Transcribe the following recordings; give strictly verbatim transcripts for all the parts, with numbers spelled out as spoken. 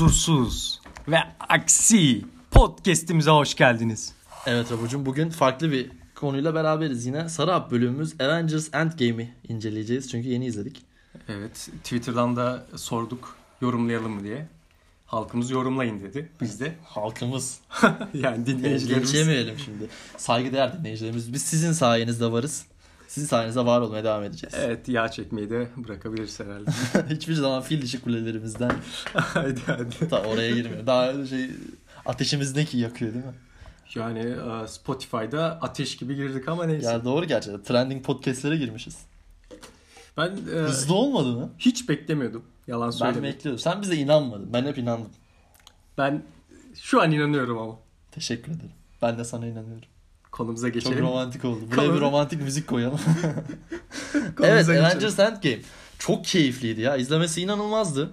Kusursuz ve Aksi podcast'imize hoş geldiniz. Evet Rabucum, bugün farklı bir konuyla beraberiz yine. Sarı Hap bölümümüz Avengers Endgame'i inceleyeceğiz çünkü yeni izledik. Evet, Twitter'dan da sorduk yorumlayalım mı diye. Halkımız yorumlayın dedi. Biz de halkımız yani dinleyicilerimiz. Geçemeyelim şimdi. Saygıdeğer dinleyicilerimiz. Biz sizin sayenizde varız. Sizin sayenizde var olmaya devam edeceğiz. Evet, yağ çekmeyi de bırakabiliriz herhalde. Hiçbir zaman fil dişi kulelerimizden hadi hadi. Ta oraya girmiyor. Daha şey ateşimiz ne ki yakıyor değil mi? Yani Spotify'da ateş gibi girdik ama neyse. Ya doğru gerçekten. Trending podcastlere girmişiz. Ben e, hızlı olmadı mı? Hiç beklemiyordum. Yalan söylemeyeyim. Ben bekliyordum. Sen bize inanmadın. Ben hep inandım. Ben şu an inanıyorum ama. Teşekkür ederim. Ben de sana inanıyorum. Konumuza geçelim. Çok romantik oldu. Buraya Konu... bir romantik müzik koyalım. Evet, Avengers Endgame. Çok keyifliydi ya. İzlemesi inanılmazdı.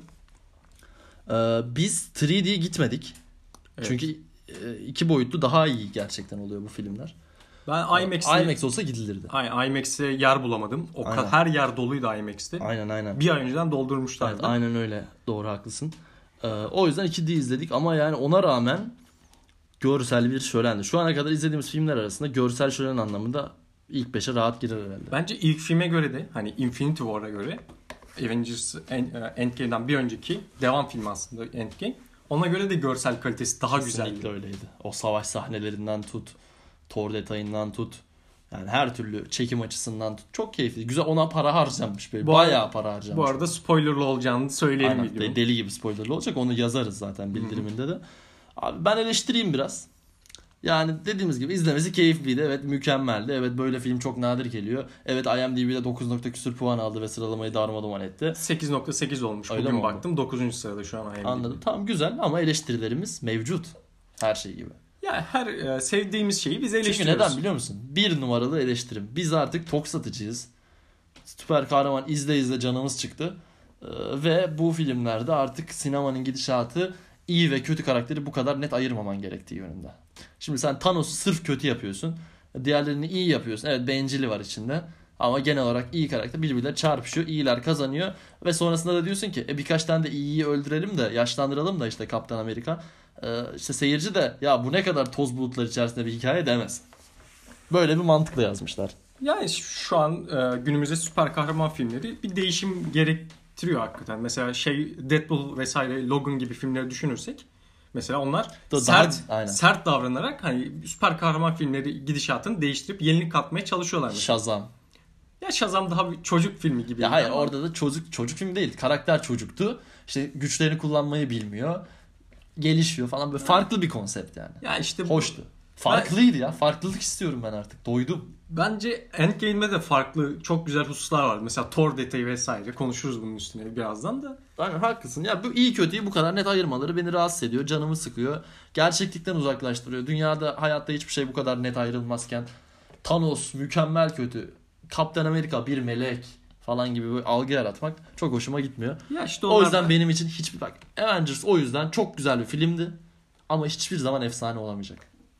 Ee, biz üç D gitmedik. Evet. Çünkü iki boyutlu daha iyi gerçekten oluyor bu filmler. Ben IMAX'te... IMAX olsa gidilirdi. Aynen, IMAX'te yer bulamadım. O kadar her yer doluydu IMAX'te. Aynen aynen. Bir ay önceden doldurmuşlardı. Evet, aynen öyle. Doğru, haklısın. Ee, o yüzden iki D izledik ama yani ona rağmen görsel bir şölendi. Şu ana kadar izlediğimiz filmler arasında görsel şölen anlamında ilk beşe rahat girer herhalde. Bence ilk filme göre de hani Infinity War'a göre Avengers Endgame'den bir önceki devam filmi aslında Endgame. Ona göre de görsel kalitesi daha güzeldi. Kesinlikle öyleydi. O savaş sahnelerinden tut, Thor detayından tut. Yani her türlü çekim açısından tut. Çok keyifli. Güzel, ona para harcanmış böyle. Bu Bayağı arada, para harcanmış. Bu arada spoilerlı olacağını söyleyelim. Aynen. Videonun. Deli gibi spoilerlı olacak. Onu yazarız zaten bildiriminde de. Abi ben eleştireyim biraz. Yani dediğimiz gibi izlemesi keyifliydi. Evet, mükemmeldi. Evet, böyle film çok nadir geliyor. Evet, IMDb'de dokuz nokta küsur puan aldı ve sıralamayı darmadağın etti. sekiz nokta sekiz olmuş. Öyle bugün baktım. dokuzuncu sırada şu an IMDb'de. Anladım. Tamam, güzel ama eleştirilerimiz mevcut. Her şey gibi. Ya her e, sevdiğimiz şeyi biz eleştiriyoruz. Çünkü neden biliyor musun? Bir numaralı eleştirim. Biz artık tok satıcıyız. Süper kahraman izle izle canımız çıktı. Ee, ve bu filmlerde artık sinemanın gidişatı iyi ve kötü karakteri bu kadar net ayırmaman gerektiği yönünde. Şimdi sen Thanos'u sırf kötü yapıyorsun. Diğerlerini iyi yapıyorsun. Evet, bencili var içinde. Ama genel olarak iyi karakter birbirleriyle çarpışıyor. İyiler kazanıyor. Ve sonrasında da diyorsun ki e, birkaç tane de iyiyi öldürelim de yaşlandıralım da işte Kaptan Amerika. Ee, işte seyirci de ya bu ne kadar toz bulutlar içerisinde bir hikaye demez. Böyle bir mantıkla yazmışlar. Yani şu an e, günümüzde süper kahraman filmleri bir değişim gerektiriyor hakikaten. Mesela şey Deadpool vesaire Logan gibi filmleri düşünürsek. Mesela onlar da, sert daha, sert davranarak hani süper kahraman filmleri gidişatını değiştirip yenilik katmaya çalışıyorlar mesela. Shazam. Ya Shazam daha bir çocuk filmi gibi. Ya hayır, ama orada da çocuk çocuk film değil. Karakter çocuktu. İşte güçlerini kullanmayı bilmiyor. Gelişiyor falan, böyle farklı bir konsept yani. Ya işte hoştu. Farklıydı ya. Farklılık istiyorum ben artık. Doydum. Bence Endgame'de de farklı çok güzel hususlar var. Mesela Thor detayı vesaire. Konuşuruz bunun üstüne birazdan da. Aynen, haklısın. Ya bu iyi kötüyü bu kadar net ayırmaları beni rahatsız ediyor. Canımı sıkıyor. Gerçeklikten uzaklaştırıyor. Dünyada, hayatta hiçbir şey bu kadar net ayrılmazken Thanos mükemmel kötü, Kaptan Amerika bir melek falan gibi bir algı yaratmak çok hoşuma gitmiyor. Ya işte o yüzden da... benim için hiçbir bak Avengers o yüzden çok güzel bir filmdi ama hiçbir zaman efsane olamayacak.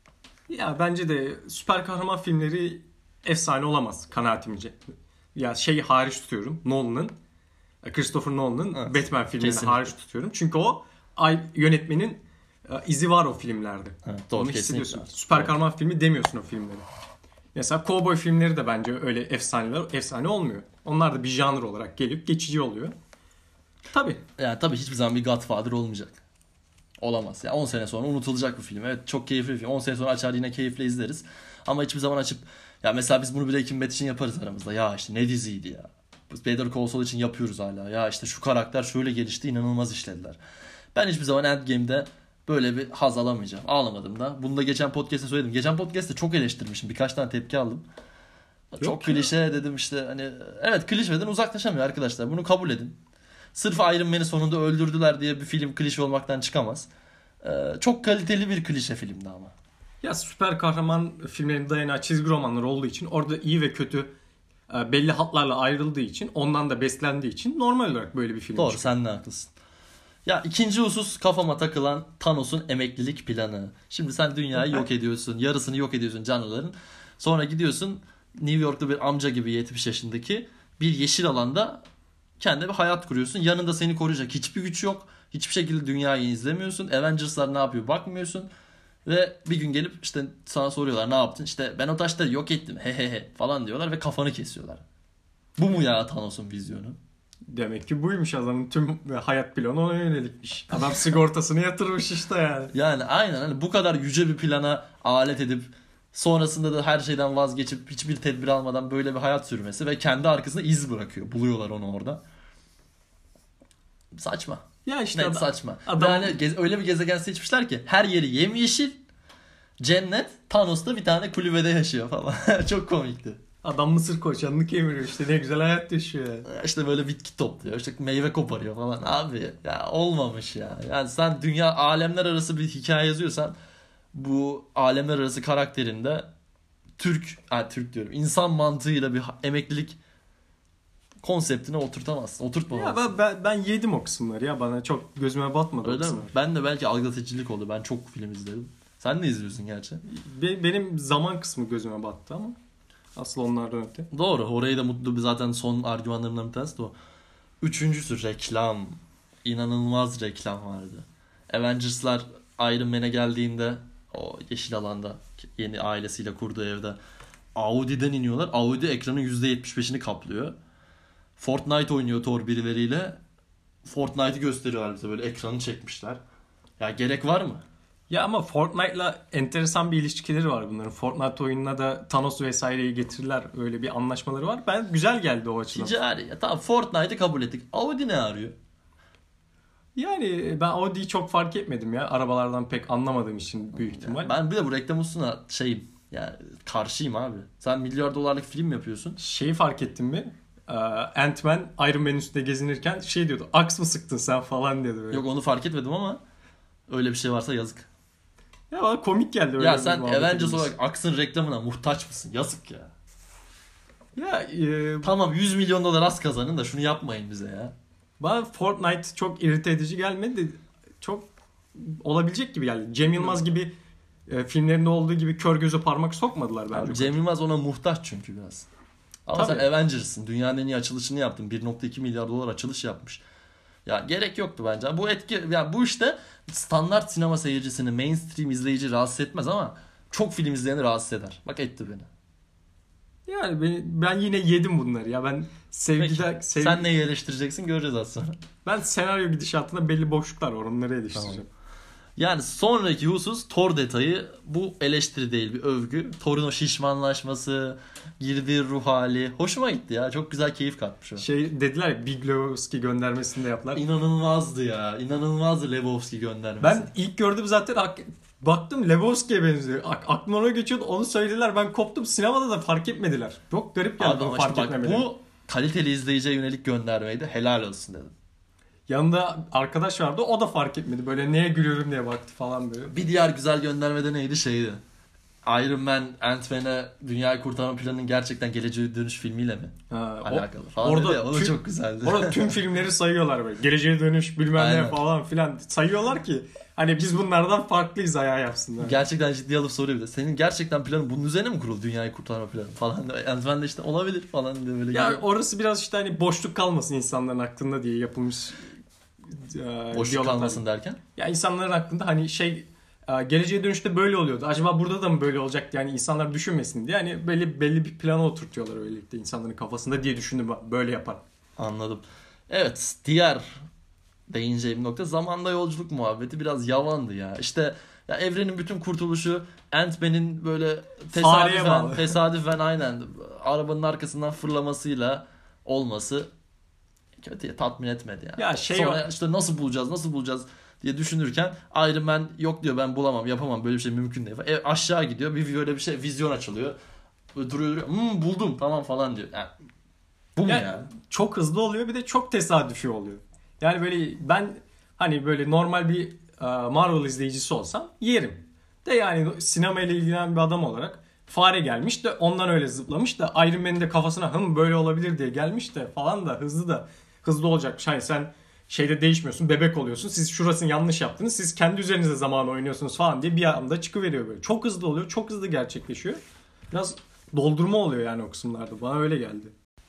Ya bence de süper kahraman filmleri efsane olamaz kanaatimce. Ya şey hariç tutuyorum. Nolan'ın, Christopher Nolan'ın evet, Batman filmlerini kesinlikle hariç tutuyorum. Çünkü o yönetmenin izi var o filmlerde. Evet, doğru, onu hissediyorsun. Süper doğru. kahraman filmi demiyorsun o filmleri. Mesela Cowboy filmleri de bence öyle efsaneler efsane olmuyor. Onlar da bir janr olarak gelip geçici oluyor. Tabii. Yani tabii hiçbir zaman bir Godfather olmayacak. Olamaz. Yani on sene sonra unutulacak bu film. Evet, çok keyifli bir film. on sene sonra açar yine keyifle izleriz. Ama hiçbir zaman açıp ya mesela biz bunu Breaking Bad için yaparız aramızda. Ya işte ne diziydi ya. Biz Better Call Saul için yapıyoruz hala. Ya işte şu karakter şöyle gelişti, inanılmaz işlediler. Ben hiçbir zaman Endgame'de böyle bir haz alamayacağım. Ağlamadım da. Bunu da geçen podcast'te söyledim. Geçen podcast'te çok eleştirmişim. Birkaç tane tepki aldım. Yok çok ya. Klişe dedim işte. Hani evet, klişeden uzaklaşamıyor arkadaşlar. Bunu kabul edin. Sırf Iron Man'i sonunda öldürdüler diye bir film klişe olmaktan çıkamaz. Ee, çok kaliteli bir klişe filmdi ama. Ya süper kahraman filmlerinin dayanağı çizgi romanlar olduğu için orada iyi ve kötü belli hatlarla ayrıldığı için, ondan da beslendiği için normal olarak böyle bir film doğru çıkıyor. Sen de haklısın. Ya ikinci husus kafama takılan Thanos'un emeklilik planı. Şimdi sen dünyayı yok ediyorsun. Yarısını yok ediyorsun canlıların. Sonra gidiyorsun New York'ta bir amca gibi yetmiş yaşındaki bir yeşil alanda Kendine bir hayat kuruyorsun. Yanında seni koruyacak hiçbir güç yok. Hiçbir şekilde dünyayı izlemiyorsun. Avengers'lar ne yapıyor bakmıyorsun. Ve bir gün gelip işte sana soruyorlar ne yaptın? İşte ben o taşları yok ettim he he he falan diyorlar ve kafanı kesiyorlar. Bu mu ya Thanos'un vizyonu? Demek ki buymuş adamın tüm hayat planı ona yönelikmiş. Adam sigortasını yatırmış işte yani. Yani aynen hani bu kadar yüce bir plana alet edip sonrasında da her şeyden vazgeçip hiçbir tedbir almadan böyle bir hayat sürmesi ve kendi arkasında iz bırakıyor. Buluyorlar onu orada. Saçma. Ya işte Net adam, saçma. adam... Yani gez- öyle bir gezegen seçmişler ki her yeri yemyeşil, cennet, Thanos da bir tane kulübede yaşıyor falan. Çok komikti. Adam mısır koçanını kemiriyor işte ne güzel hayat yaşıyor ya. İşte böyle bitki topluyor, işte meyve koparıyor falan. Abi ya olmamış ya. Yani sen dünya alemler arası bir hikaye yazıyorsan bu alemler arası karakterinde Türk, yani Türk diyorum, insan mantığıyla bir emeklilik konseptine oturtamazsın. Oturtmamazsın. Ya ben, ben, ben yedim o kısımları ya. Bana çok gözüme batmadı Öyle o mi? kısımlar. Ben de belki aldatıcılık oldu. Ben çok film izledim. Sen ne izliyorsun gerçi? Be- benim zaman kısmı gözüme battı ama asıl onlardan öte. Doğru. Orayı da mutlu bir zaten son argümanlarımdan bir tanesi de o. Üçüncüsü reklam. İnanılmaz reklam vardı. Avengers'lar Iron Man'e geldiğinde o yeşil alanda yeni ailesiyle kurduğu evde Audi'den iniyorlar. Audi ekranın yüzde yetmiş beşini kaplıyor. Fortnite oynuyor Thor birileriyle. Fortnite'ı gösteriyorlar bize, böyle ekranı çekmişler. Ya gerek var mı? Ya ama Fortnite'la enteresan bir ilişkileri var bunların. Fortnite oyununa da Thanos vesaireyi getirirler. Öyle bir anlaşmaları var. Ben güzel geldi o açıdan. Ticari. Ya tamam, Fortnite'ı kabul ettik. Audi ne arıyor? Yani ben Audi'yi çok fark etmedim ya. Arabalardan pek anlamadığım için büyük ihtimal. Yani ben bir de bu reklam hususuna şeyim. Yani karşıyım abi. Sen milyar dolarlık film yapıyorsun. Şeyi fark ettin mi? Ee, Ant-Man Iron Man'in üstünde gezinirken şey diyordu. Aks mı sıktın sen falan diyordu böyle. Yok, onu fark etmedim ama öyle bir şey varsa yazık. Ya bana komik geldi öyle. Ya bir sen muhabbet Avengers edilmesi. olarak Aks'ın reklamına muhtaç mısın? Yazık ya. Ya e, Tamam, yüz milyon dolar az kazanın da şunu yapmayın bize ya. bana Fortnite çok irite edici gelmedi de çok olabilecek gibi geldi. Cem Yılmaz gibi e, filmlerinde olduğu gibi kör göze parmak sokmadılar bence. Abi, Cem Yılmaz ona muhtaç çünkü biraz. Ama Tabii. sen Avengers'ın. Dünyanın en iyi açılışını yaptın. bir nokta iki milyar dolar açılış yapmış. Ya gerek yoktu bence. Bu etki, yani bu işte standart sinema seyircisini, mainstream izleyici rahatsız etmez ama çok film izleyeni rahatsız eder. Bak etti beni. Yani ben, ben yine yedim bunları ya. Ben sevgide Peki, sevgi, sen neyi eleştireceksin göreceğiz az sonra. ben senaryo gidişatında belli boşluklar var. Onları eleştireceğim. Yani sonraki husus Thor detayı. Bu eleştiri değil, bir övgü. Thor'un o şişmanlaşması, girdiği ruh hali. Hoşuma gitti ya. Çok güzel keyif katmış o. Şey dediler ya, Big Lebowski göndermesini de yaptılar. İnanılmazdı ya. İnanılmazdı Lebowski göndermesi. Ben ilk gördüm zaten ak- baktım Lebowski'ye benziyor. Ak- aklımdan ona geçiyordu. Onu söylediler. Ben koptum. Sinemada da fark etmediler. Çok garip geldi Abi o ama fark işte bak, etmemeleri. bu kaliteli izleyiciye yönelik göndermeydi. Helal olsun dedim. Yanında arkadaş vardı. O da fark etmedi. Böyle neye gülüyorum diye baktı falan böyle. Bir diğer güzel gönderme de neydi? Şeydi. Iron Man, Ant-Man'e dünyayı kurtarma planının gerçekten geleceğe dönüş filmiyle mi Ha, o- alakalı falan orada dedi ya. O da tüm- çok güzeldi. Orada tüm filmleri sayıyorlar böyle. Geleceğe dönüş bilmem ne Aynen. falan filan. Sayıyorlar ki hani biz bunlardan farklıyız ayağı yapsınlar. Gerçekten ciddi alıp soruyor bir de. Senin gerçekten planın bunun üzerine mi kuruldu? Dünyayı kurtarma planı falan. Ant-Man de işte olabilir falan diye böyle. Ya geliyor. orası biraz işte hani boşluk kalmasın insanların aklında diye yapılmış. e, Boşluk diyaloglar. kalmasın derken. Ya insanların aklında hani şey e, geleceğe dönüşte böyle oluyordu. Acaba burada da mı böyle olacak diye yani insanlar düşünmesin diye. Yani belli belli bir plana oturtuyorlar öylelikle insanların kafasında diye düşündüm böyle yapar. Anladım. Evet, diğer değineceğim nokta zamanda yolculuk muhabbeti biraz yavandı ya. İşte ya evrenin bütün kurtuluşu Ant-Man'in böyle Fareye tesadüfen, bağlı. tesadüfen aynen arabanın arkasından fırlamasıyla olması kötüye tatmin etmedi yani. Ya şey Sonra o- işte nasıl bulacağız, nasıl bulacağız diye düşünürken Iron Man yok diyor, ben bulamam, yapamam, böyle bir şey mümkün değil. E, aşağı gidiyor, bir böyle bir şey, vizyon açılıyor. Böyle duruyor duruyor. Hmm, buldum tamam falan diyor. Yani, bu mu Yani ya? çok hızlı oluyor bir de çok tesadüfi oluyor. Yani böyle ben hani böyle normal bir e, Marvel izleyicisi olsam yerim. De yani sinemayla ilgilenen bir adam olarak fare gelmiş de ondan öyle zıplamış da Iron Man'in de kafasına hım böyle olabilir diye gelmiş de falan da hızlı da hızlı olacak. Hani sen şeyde değişmiyorsun, bebek oluyorsun. Siz şurasını yanlış yaptınız. Siz kendi üzerinize zaman oynuyorsunuz falan diye bir anda çıkıveriyor böyle. Çok hızlı oluyor. Çok hızlı gerçekleşiyor. Biraz doldurma oluyor yani o kısımlarda. Bana öyle geldi.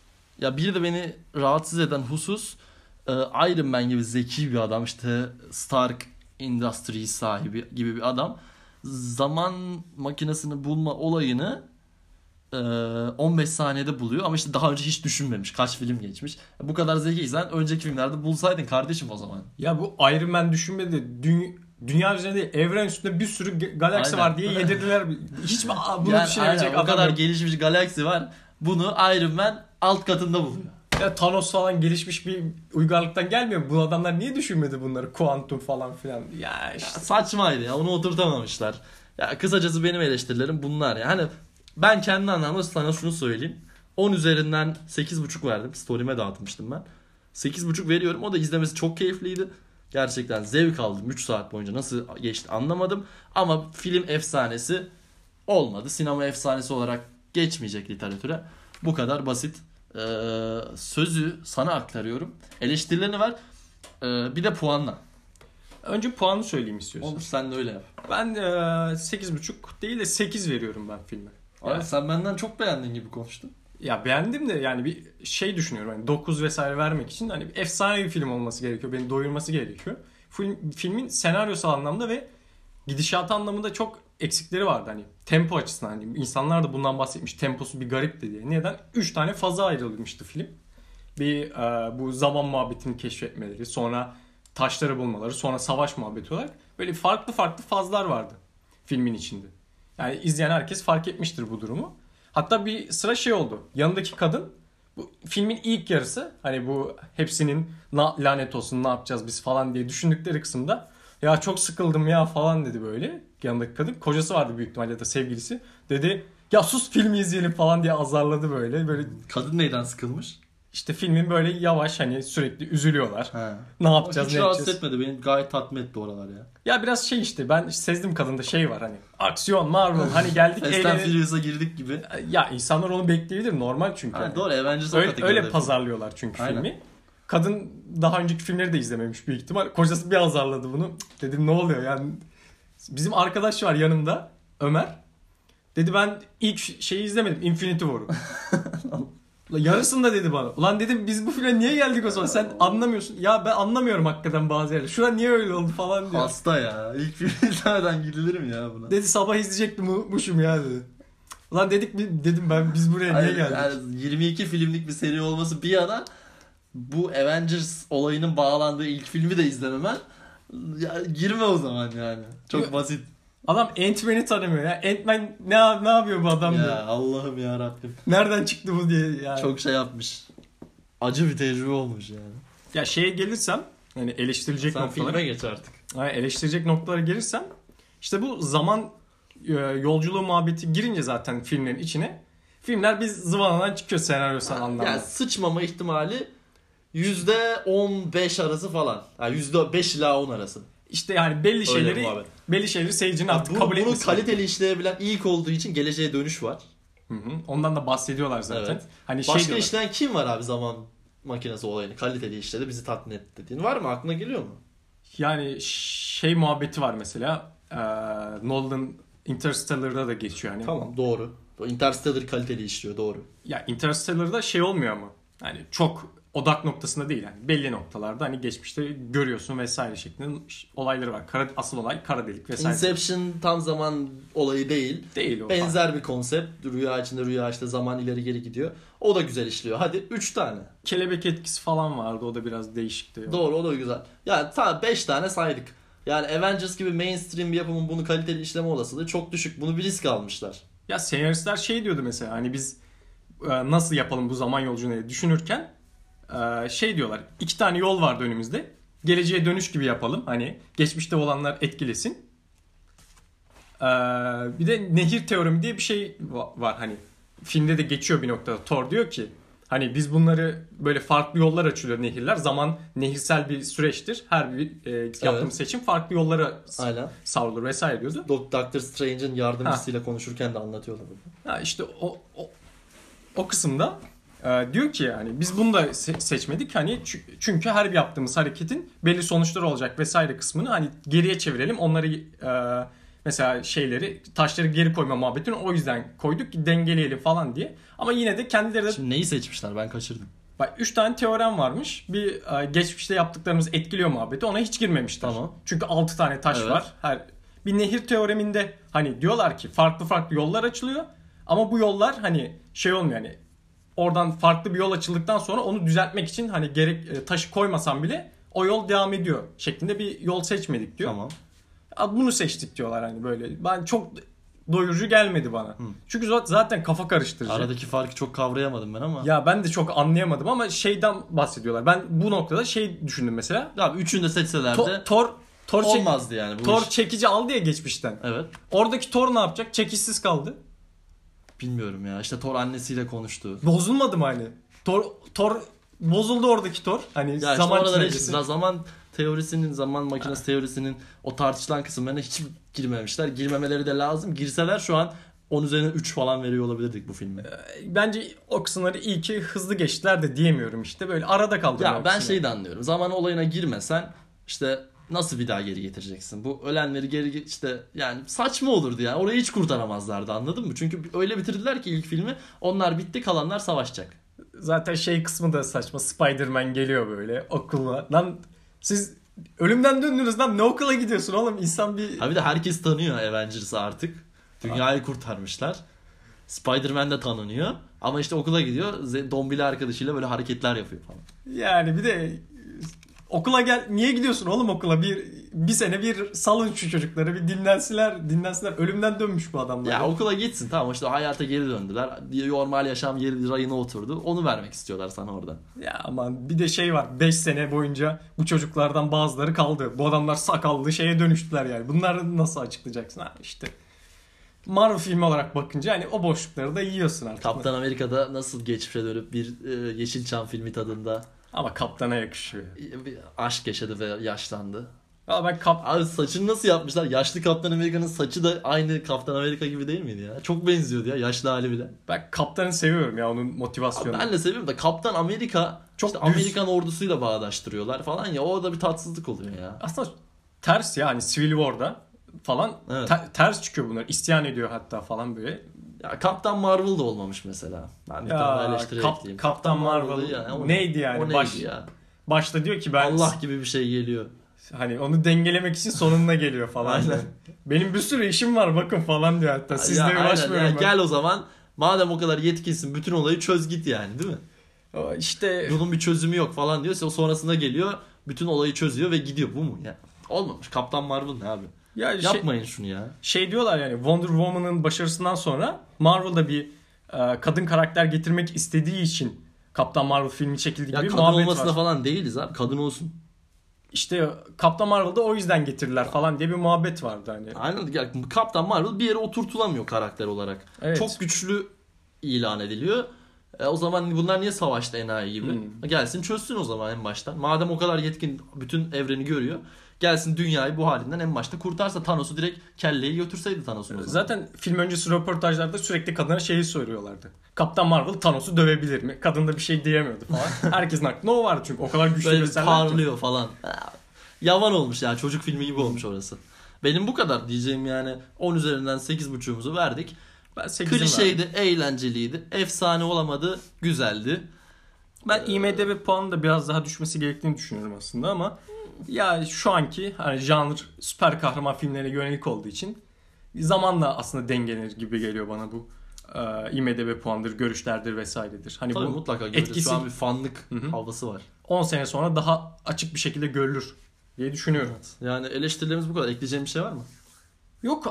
Ya bir de beni rahatsız eden husus e, Iron Man gibi zeki bir adam, işte Stark Industries sahibi gibi bir adam zaman makinesini bulma olayını e, on beş saniyede buluyor ama işte daha önce hiç düşünmemiş. Kaç film geçmiş. Bu kadar zekiysen önceki filmlerde bulsaydın kardeşim o zaman. Ya bu Iron Man düşünmedi. Dü- dünya üzerinde değil, evren üstünde bir sürü ge- galaksi Aynen. var diye yedirdiler. Hiç mi aa, bunu Yani düşünebilecek aynen, o adam kadar yok. gelişmiş galaksi var. Bunu Iron Man alt katında buluyor. Ya Thanos falan gelişmiş bir uygarlıktan gelmiyor mu? Bu adamlar niye düşünmedi bunları? Kuantum falan filan. Ya işte. Ya saçmaydı ya, onu oturtamamışlar. Ya kısacası benim eleştirilerim bunlar ya. Hani ben kendi anlamda sana şunu söyleyeyim. on üzerinden sekiz buçuk verdim. Story'me dağıtmıştım ben. sekiz buçuk veriyorum. O da izlemesi çok keyifliydi. Gerçekten zevk aldım. üç saat boyunca nasıl geçti anlamadım. Ama film efsanesi olmadı. Sinema efsanesi olarak geçmeyecek literatüre. Bu kadar basit. Ee, sözü sana aktarıyorum. Eleştirilerini ver. Ee, bir de puanla. Önce puanı söyleyeyim istiyorsan. Olur, sen de öyle yap. Ben e, sekiz buçuk değil de sekiz veriyorum ben filme. Abi Yani, sen benden çok beğendin gibi konuştun. ya beğendim de yani bir şey düşünüyorum. Hani dokuz vesaire vermek için hani bir efsane bir film olması gerekiyor. Beni doyurması gerekiyor. Film, filmin senaryosu anlamda ve gidişatı anlamında çok eksikleri vardı. Hani tempo açısından. Hani insanlar da bundan bahsetmiş. Temposu bir garipti diye. Neden? üç tane faza ayrılmıştı film. Bir e, bu zaman muhabbetini keşfetmeleri, sonra taşları bulmaları, sonra savaş muhabbeti olarak böyle farklı farklı fazlar vardı filmin içinde. Yani izleyen herkes fark etmiştir bu durumu. Hatta bir sıra şey oldu. Yanındaki kadın bu filmin ilk yarısı hani bu hepsinin na- lanet olsun ne yapacağız biz falan diye düşündükleri kısımda ya çok sıkıldım ya falan dedi böyle. Yanındaki kadın kocası vardı büyük ihtimalle ya da sevgilisi. Dedi ya sus filmi izleyelim falan diye azarladı böyle. Böyle Kadın neyden sıkılmış? işte filmin böyle yavaş hani sürekli üzülüyorlar. He. Ne yapacağız Hiç ne rahatsız edeceğiz. etmedi. Beni gayet tatmin etti oralar ya. Ya biraz şey işte ben sezdim kadında şey var hani aksiyon Marvel hani geldik Fast and eğlenelim. Furious'a girdik gibi. Ya insanlar onu bekleyebilir normal çünkü. Ha, yani. doğru, Avengers o Öyle, kategoride. öyle pazarlıyorlar çünkü Aynen. filmi. Kadın daha önceki filmleri de izlememiş büyük ihtimal. Kocası bir azarladı bunu. Dedim ne oluyor yani. Bizim arkadaş var yanımda Ömer. Dedi ben ilk şeyi izlemedim Infinity War'u. Ulan yarısında dedi bana. Ulan dedim biz bu filme niye geldik o zaman? Sen anlamıyorsun. Ya ben anlamıyorum hakikaten bazı yerler. Şura niye öyle oldu falan diyor. Hasta ya. İlk film izlemeden gidilir mi ya buna? Dedi sabah izleyecektim unutmuşum ya dedi. Ulan dedik dedim ben biz buraya niye Hayır, geldik? yani yirmi iki filmlik bir seri olması bir yana, bu Avengers olayının bağlandığı ilk filmi de izlememen, ya girme o zaman yani. Çok Yok. basit. Adam Ant-Man'i tanımıyor ya. Ant-Man ne, ne yapıyor bu adam diyor. Ya Allah'ım ya Rabbim. Nereden çıktı bu diye yani. Çok şey yapmış. Acı bir tecrübe olmuş yani. Ya şeye gelirsem hani eleştirilecek Sen noktalara. filme geç artık. Yani eleştirecek noktalara gelirsem işte bu zaman e, yolculuğu muhabbeti girince zaten filmlerin içine filmler biz zıvanadan çıkıyor senaryosal anlamda. Yani sıçmama ihtimali yüzde on beş arası falan. Yani yüzde beş ila on arası. İşte yani belli Öyle şeyleri muhabbet. belli şeyleri seyircinin Ya artık bu, kabul bunu etmesi. kaliteli işleyebilen ilk olduğu için geleceğe dönüş var. Hı hı. Ondan da bahsediyorlar zaten. Evet. Hani şey Başka diyorlar. işleyen kim var abi zaman makinesi olayını kaliteli işledi bizi tatmin etti dediğin var mı? Aklına geliyor mu? Yani şey muhabbeti var mesela. E, Nolan Interstellar'da da geçiyor hani. Tamam, doğru. Interstellar kaliteli işliyor, doğru. Ya Interstellar'da şey olmuyor ama. Yani çok odak noktasında değil yani. Belli noktalarda hani geçmişte görüyorsun vesaire şeklinde olayları var. Kara, asıl olay kara delik vesaire. Inception tam zaman olayı değil. Değil o. Benzer bir konsept. Rüya içinde rüya işte zaman ileri geri gidiyor. O da güzel işliyor. Hadi üç tane. Kelebek etkisi falan vardı. O da biraz değişikti. Doğru, o da güzel. Yani tamam, beş tane saydık. Yani Avengers gibi mainstream bir yapımın bunu kaliteli işleme olasılığı çok düşük. Bunu bir risk almışlar. Ya senaristler şey diyordu mesela hani biz e, nasıl yapalım bu zaman yolculuğunu diye düşünürken e, şey diyorlar. İki tane yol vardı önümüzde. Geleceğe dönüş gibi yapalım. Hani geçmişte olanlar etkilesin. E, bir de nehir teoremi diye bir şey va- var hani. Filmde de geçiyor bir noktada. Thor diyor ki hani biz bunları böyle farklı yollar açılıyor nehirler. Zaman nehirsel bir süreçtir. Her bir e, yaptığımız Evet. seçim farklı yollara s- Aynen. savrulur vesaire diyordu. Doctor Strange'in yardımcısıyla konuşurken de anlatıyorlar bunu. Ha işte o o, o kısımda e, diyor ki yani biz bunu da se- seçmedik hani ç- çünkü her bir yaptığımız hareketin belli sonuçları olacak vesaire kısmını hani geriye çevirelim onları e, Mesela şeyleri, taşları geri koyma muhabbetini o yüzden koyduk ki dengeleyelim falan diye. Ama yine de kendileri de... Şimdi neyi seçmişler, ben kaçırdım. Bak üç tane teorem varmış. Bir geçmişte yaptıklarımız etkiliyor muhabbeti. Ona hiç girmemişler. Tamam. Çünkü altı tane taş Evet. var. Her bir nehir teoreminde hani diyorlar ki farklı farklı yollar açılıyor. Ama bu yollar hani şey olmuyor hani oradan farklı bir yol açıldıktan sonra onu düzeltmek için hani gerek taşı koymasam bile o yol devam ediyor şeklinde bir yol seçmedik diyor. Tamam. Bunu seçtik diyorlar hani böyle. Ben çok doyurucu gelmedi bana. Hı. Çünkü zaten kafa karıştırıcı. Aradaki farkı çok kavrayamadım ben ama. Ya ben de çok anlayamadım ama şeyden bahsediyorlar. Ben bu noktada şey düşündüm mesela. Abi üçünü de seçseler To- de Thor Thor olmazdı çek- yani bu Thor iş. çekici aldı ya geçmişten. Evet. Oradaki Thor ne yapacak? Çekişsiz kaldı. Bilmiyorum ya. İşte Thor annesiyle konuştu. Bozulmadı mı hani? Thor Thor bozuldu oradaki Thor. Hani Ya zaman işte oralara hiç, çizelgesi. zaman teorisinin, zaman makinesi ha. teorisinin o tartışılan kısımlarına hiç girmemişler. Girmemeleri de lazım. Girseler şu an on üzerinden üç falan veriyor olabilirdik bu filme. Bence o kısımları iyi ki hızlı geçtiler de diyemiyorum işte. Böyle arada kaldı. Ya ben şeyi de anlıyorum. Zaman olayına girmesen işte nasıl bir daha geri getireceksin? Bu ölenleri geri işte yani saçma olurdu ya. Orayı hiç kurtaramazlardı, anladın mı? Çünkü öyle bitirdiler ki ilk filmi. Onlar bitti, kalanlar savaşacak. Zaten şey kısmı da saçma. Spider-Man geliyor böyle okula. Lan siz ölümden döndünüz lan, ne okula gidiyorsun oğlum? İnsan bir... Ha bir de herkes tanıyor Avengers'ı artık. Dünyayı ha. kurtarmışlar. Spider-Man de tanınıyor. Ama işte okula gidiyor. Dombili arkadaşıyla böyle hareketler yapıyor falan. Yani bir de okula gel, niye gidiyorsun oğlum okula? Bir bir sene bir salın şu çocukları, bir dinlensinler, dinlensinler. Ölümden dönmüş bu adamlar. Ya okula gitsin, tamam işte hayata geri döndüler. Normal yaşam yeri rayına oturdu. Onu vermek istiyorlar sana orada. Ya aman bir de şey var. beş sene boyunca bu çocuklardan bazıları kaldı. Bu adamlar sakallı şeye dönüştüler yani. Bunları nasıl açıklayacaksın? Ha işte Marvel filmi olarak bakınca hani o boşlukları da yiyorsun artık. Kaptan Amerika'da nasıl geçmişe dönüp bir e, Yeşilçam filmi tadında. Ama kaptana yakışıyor. Bir aşk yaşadı ve yaşlandı. Ya ben kap... Abi saçını nasıl yapmışlar? Yaşlı Kaptan Amerika'nın saçı da aynı Kaptan Amerika gibi değil miydi ya? Çok benziyordu ya, yaşlı hali bile. Ben kaptanı seviyorum ya, onun motivasyonu. Abi ben de seviyorum da Kaptan Amerika çok işte Amerikan ordusuyla bağdaştırıyorlar falan ya, orada bir tatsızlık oluyor ya. Aslında ters yani Civil War'da falan evet. te- ters çıkıyor bunlar. İsyan ediyor hatta falan böyle. Ya Kaptan Marvel da olmamış mesela. Ben bir ya, tane eleştiri Kap- ekleyeyim. Kaptan Marvel yani, o neydi yani? O neydi Baş, ya? Başta diyor ki ben... Allah gibi bir şey geliyor. Hani onu dengelemek için sonuna geliyor falan. Aynen. Benim bir sürü işim var bakın falan diyor hatta. Sizle uğraşmıyorum. Ya, gel o zaman madem o kadar yetkinsin bütün olayı çöz git yani, değil mi? İşte bunun bir çözümü yok falan diyor. O sonrasında geliyor, bütün olayı çözüyor ve gidiyor. Bu mu ya? Olmamış. Kaptan Marvel ne abi? Ya yapmayın şey, şunu ya. Şey diyorlar yani, Wonder Woman'ın başarısından sonra Marvel'da bir e, kadın karakter getirmek istediği için Kaptan Marvel filmi çekildi gibi muhabbet var. Kadın olmasına falan değiliz abi. Kadın olsun. İşte Kaptan Marvel'da o yüzden getirdiler falan diye bir muhabbet vardı hani. Aynen. Yani Kaptan Marvel bir yere oturtulamıyor karakter olarak. Evet. Çok güçlü ilan ediliyor. E, o zaman bunlar niye savaşta enayi gibi? Hmm. Gelsin çözsün o zaman en baştan. Madem o kadar yetkin, bütün evreni görüyor. Gelsin dünyayı bu halinden en başta kurtarsa, Thanos'u direkt kelleyi götürseydi Thanos'un. Zaten film öncesi röportajlarda sürekli kadına şeyi soruyorlardı. Kaptan Marvel Thanos'u dövebilir mi? Kadın da bir şey diyemiyordu falan. Herkesin aklında o vardı çünkü o kadar güçlü böyle gösterler. parlıyor falan. Yavan olmuş ya, çocuk filmi gibi olmuş orası. Benim bu kadar diyeceğim yani. on üzerinden sekiz buçuğumuzu verdik. Ben klişeydi, verdim. Eğlenceliydi, efsane olamadı, güzeldi. Ben I M D B puanı da biraz daha düşmesi gerektiğini düşünüyorum aslında ama ya şu anki hani janr süper kahraman filmlerine yönelik olduğu için zamanla aslında dengelenir gibi geliyor bana bu. I M D B puandır, görüşlerdir vesairedir. Hani tabii bu mutlaka göreceğiz. Etkisi... Şu an bir fanlık Hı-hı. havası var. on sene sonra daha açık bir şekilde görülür diye düşünüyorum. Evet. Yani eleştirilerimiz bu kadar. Ekleyeceğim bir şey var mı? Yok,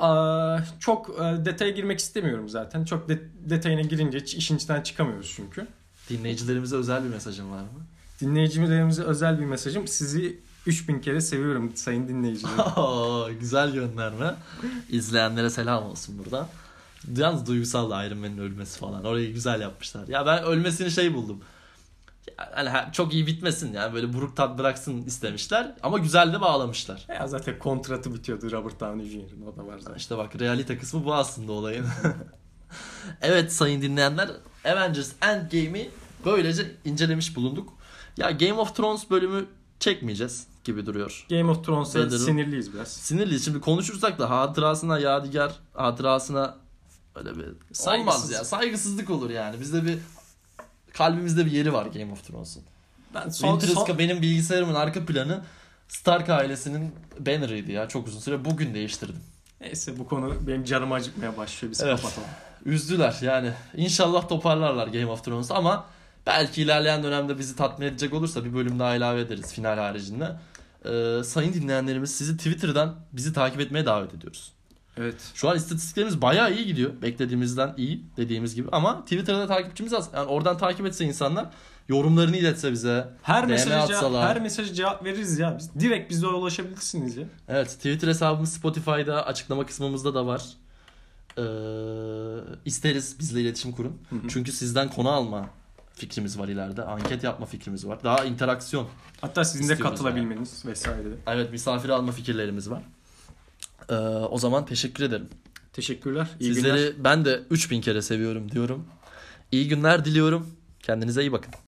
çok detaya girmek istemiyorum zaten. Çok de- detayına girince işin içinden çıkamıyoruz çünkü. Dinleyicilerimize özel bir mesajın var mı? Dinleyicilerimize özel bir mesajım. Sizi üç bin kere seviyorum sayın dinleyicilerim. Güzel gönderme. İzleyenlere selam olsun buradan. Yalnız duygusal da Iron Man'in ölmesi falan. Orayı güzel yapmışlar. Ya ben ölmesini şey buldum. Yani çok iyi bitmesin yani, böyle buruk tat bıraksın istemişler ama güzel de bağlamışlar. Ya zaten kontratı bitiyordu Robert Downey Junior'ın, o da var zaten. İşte bak, realite kısmı bu aslında olayın. Evet sayın dinleyenler, Avengers Endgame'i böylece incelemiş bulunduk. Ya Game of Thrones bölümü çekmeyeceğiz gibi duruyor. Game of Thrones'a Vader'ın- sinirliyiz biraz. Sinirliyiz. Şimdi konuşursak da hatırasına yadigar, hatırasına öyle bir olmaz Saygısız. ya. Saygısızlık olur yani. Bizde bir kalbimizde bir yeri var Game of Thrones'un. Ben son, Winter's son, benim bilgisayarımın arka planı Stark ailesinin banner'ıydı ya çok uzun süre. Bugün değiştirdim. Neyse bu konu benim canımı acıtmaya başlıyor. Biz Evet. kapatalım. Üzdüler yani. İnşallah toparlarlar Game of Thrones'u ama belki ilerleyen dönemde bizi tatmin edecek olursa bir bölüm daha ilave ederiz final haricinde. Ee, sayın dinleyenlerimiz sizi Twitter'dan bizi takip etmeye davet ediyoruz. Evet. Şu an istatistiklerimiz bayağı iyi gidiyor. Beklediğimizden iyi dediğimiz gibi. Ama Twitter'da takipçimiz az. Yani oradan takip etse insanlar yorumlarını iletse bize. Her D M mesaja cevap, atsalar. her mesaja cevap veririz ya. Biz direkt bize ulaşabilirsiniz ya. Evet, Twitter hesabımız Spotify'da açıklama kısmımızda da var. Ee, isteriz bizle iletişim kurun. Hı hı. Çünkü sizden konu alma fikrimiz var ileride. Anket yapma fikrimiz var. Daha interaksiyon. Hatta sizin de İstiyoruz katılabilmeniz vesaire de. Evet, misafir alma fikirlerimiz var. Ee, o zaman teşekkür ederim. Teşekkürler. İyi Sizleri günler. ben de üç bin kere seviyorum diyorum. İyi günler diliyorum. Kendinize iyi bakın.